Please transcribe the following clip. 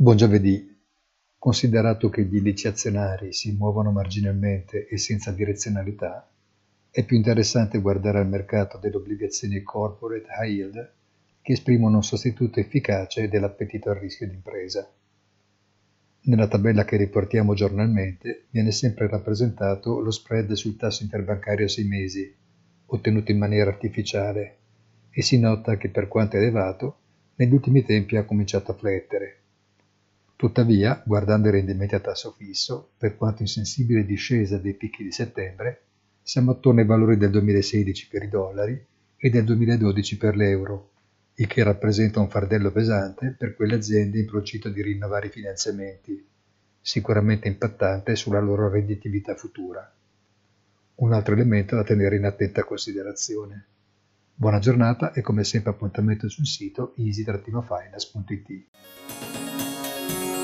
Buon giovedì. Considerato che gli indici azionari si muovono marginalmente e senza direzionalità, è più interessante guardare al mercato delle obbligazioni corporate high yield che esprimono un sostituto efficace dell'appetito al rischio d'impresa. Nella tabella che riportiamo giornalmente viene sempre rappresentato lo spread sul tasso interbancario a 6 mesi, ottenuto in maniera artificiale, e si nota che per quanto elevato, negli ultimi tempi ha cominciato a flettere. Tuttavia, guardando i rendimenti a tasso fisso, per quanto in sensibile discesa dei picchi di settembre, siamo attorno ai valori del 2016 per i dollari e del 2012 per l'euro, il che rappresenta un fardello pesante per quelle aziende in procinto di rinnovare i finanziamenti, sicuramente impattante sulla loro redditività futura. Un altro elemento da tenere in attenta considerazione. Buona giornata e come sempre appuntamento sul sito easy-finance.it.